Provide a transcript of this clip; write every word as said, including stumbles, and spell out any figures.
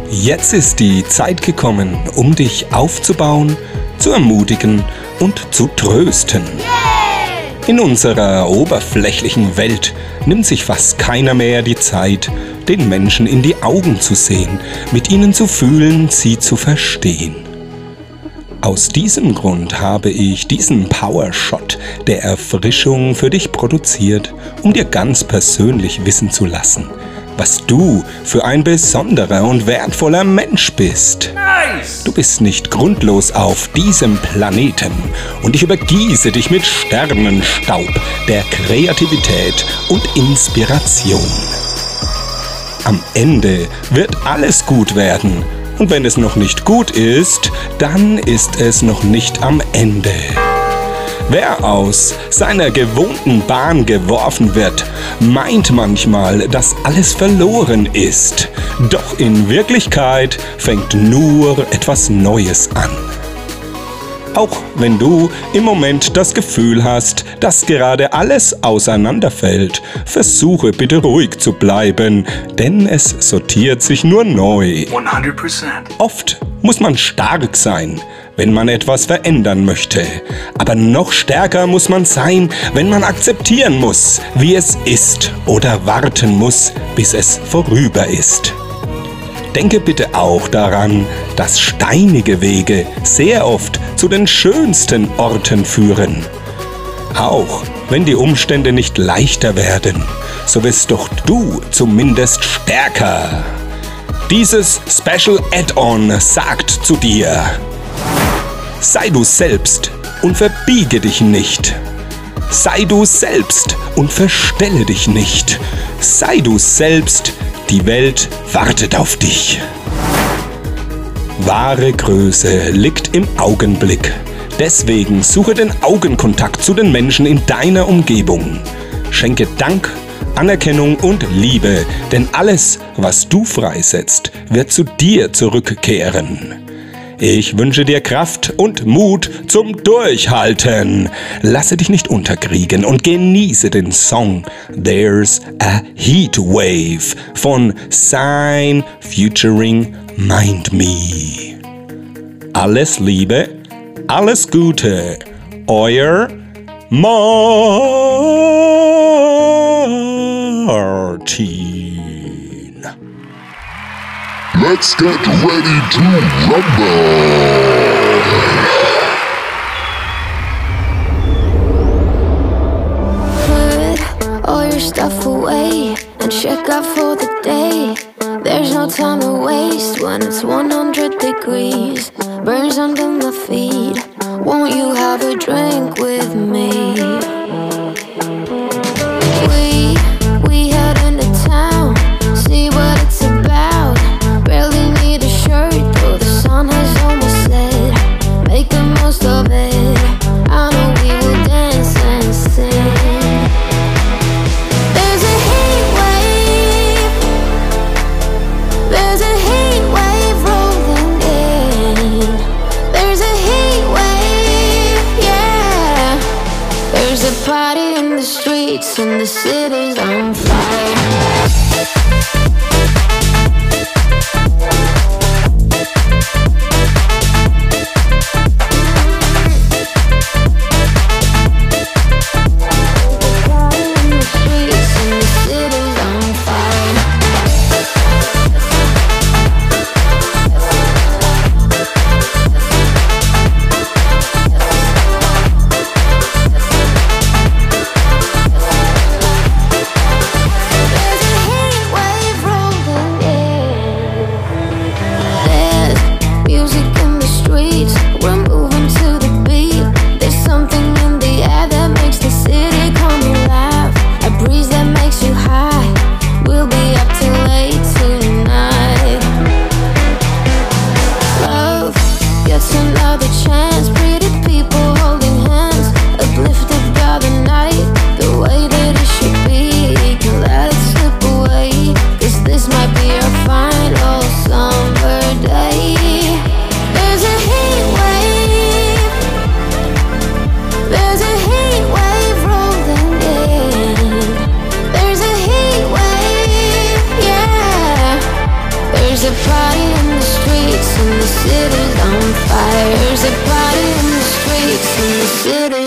Jetzt ist die Zeit gekommen, um dich aufzubauen, zu ermutigen und zu trösten. In unserer oberflächlichen Welt nimmt sich fast keiner mehr die Zeit, den Menschen in die Augen zu sehen, mit ihnen zu fühlen, sie zu verstehen. Aus diesem Grund habe ich diesen Power-Shot der Erfrischung für dich produziert, um dir ganz persönlich wissen zu lassen, was du für ein besonderer und wertvoller Mensch bist. Nice. Du bist nicht grundlos auf diesem Planeten und ich übergieße dich mit Sternenstaub der Kreativität und Inspiration. Am Ende wird alles gut werden und wenn es noch nicht gut ist, dann ist es noch nicht am Ende. Wer aus seiner gewohnten Bahn geworfen wird, meint manchmal, dass alles verloren ist. Doch in Wirklichkeit fängt nur etwas Neues an. Auch wenn du im Moment das Gefühl hast, dass gerade alles auseinanderfällt, versuche bitte ruhig zu bleiben, denn es sortiert sich nur neu. hundert Prozent. Oft muss man stark sein, wenn man etwas verändern möchte. Aber noch stärker muss man sein, wenn man akzeptieren muss, wie es ist oder warten muss, bis es vorüber ist. Denke bitte auch daran, dass steinige Wege sehr oft zu den schönsten Orten führen. Auch wenn die Umstände nicht leichter werden, so wirst doch du zumindest stärker. Dieses Special Add-on sagt zu dir: Sei du selbst und verbiege dich nicht. Sei du selbst und verstelle dich nicht. Sei du selbst, die Welt wartet auf dich. Wahre Größe liegt im Augenblick. Deswegen suche den Augenkontakt zu den Menschen in deiner Umgebung. Schenke Dank, Anerkennung und Liebe, denn alles, was du freisetzt, wird zu dir zurückkehren. Ich wünsche dir Kraft und Mut zum Durchhalten. Lasse dich nicht unterkriegen und genieße den Song There's a Heat Wave von Sign featuring Mind Me. Alles Liebe, alles Gute, euer Martin. Let's get ready to rumble! Put all your stuff away and check out for the day. There's no time to waste when it's one hundred degrees. Burns under my feet. Won't you have a drink with me? We, we head into town, see what it's about. Barely need a shirt, though the sun has almost set. Make the most of it. I know we will dance and sing. There's a heat wave. There's a heat wave rolling in. There's a heat wave, yeah. There's a city.